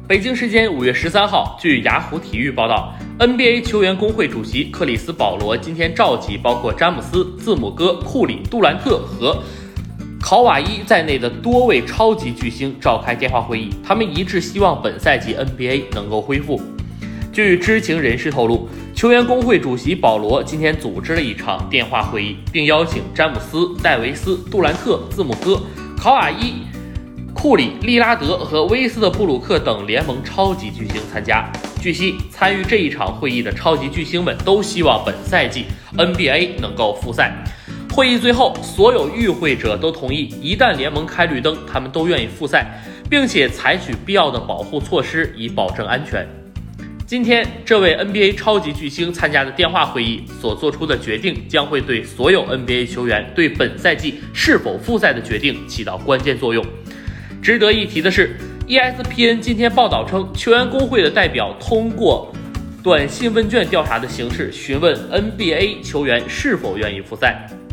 北京时间5月13号，据雅虎体育报道 ，NBA 球员工会主席克里斯·保罗今天召集包括詹姆斯、字母哥、库里、杜兰特和考瓦伊在内的多位超级巨星召开电话会议，他们一致希望本赛季 NBA 能够恢复。据知情人士透露，球员工会主席保罗今天组织了一场电话会议，并邀请詹姆斯、戴维斯、杜兰特、字母哥、考瓦伊、库里、利拉德和威斯特布鲁克等联盟超级巨星参加。据悉，参与这一场会议的超级巨星们都希望本赛季 NBA 能够复赛。会议最后，所有与会者都同意，一旦联盟开绿灯，他们都愿意复赛，并且采取必要的保护措施以保证安全。今天，这位 NBA 超级巨星参加的电话会议所做出的决定，将会对所有 NBA 球员对本赛季是否复赛的决定起到关键作用。值得一提的是 ，ESPN 今天报道称，球员工会的代表通过短信问卷调查的形式询问 NBA 球员是否愿意复赛。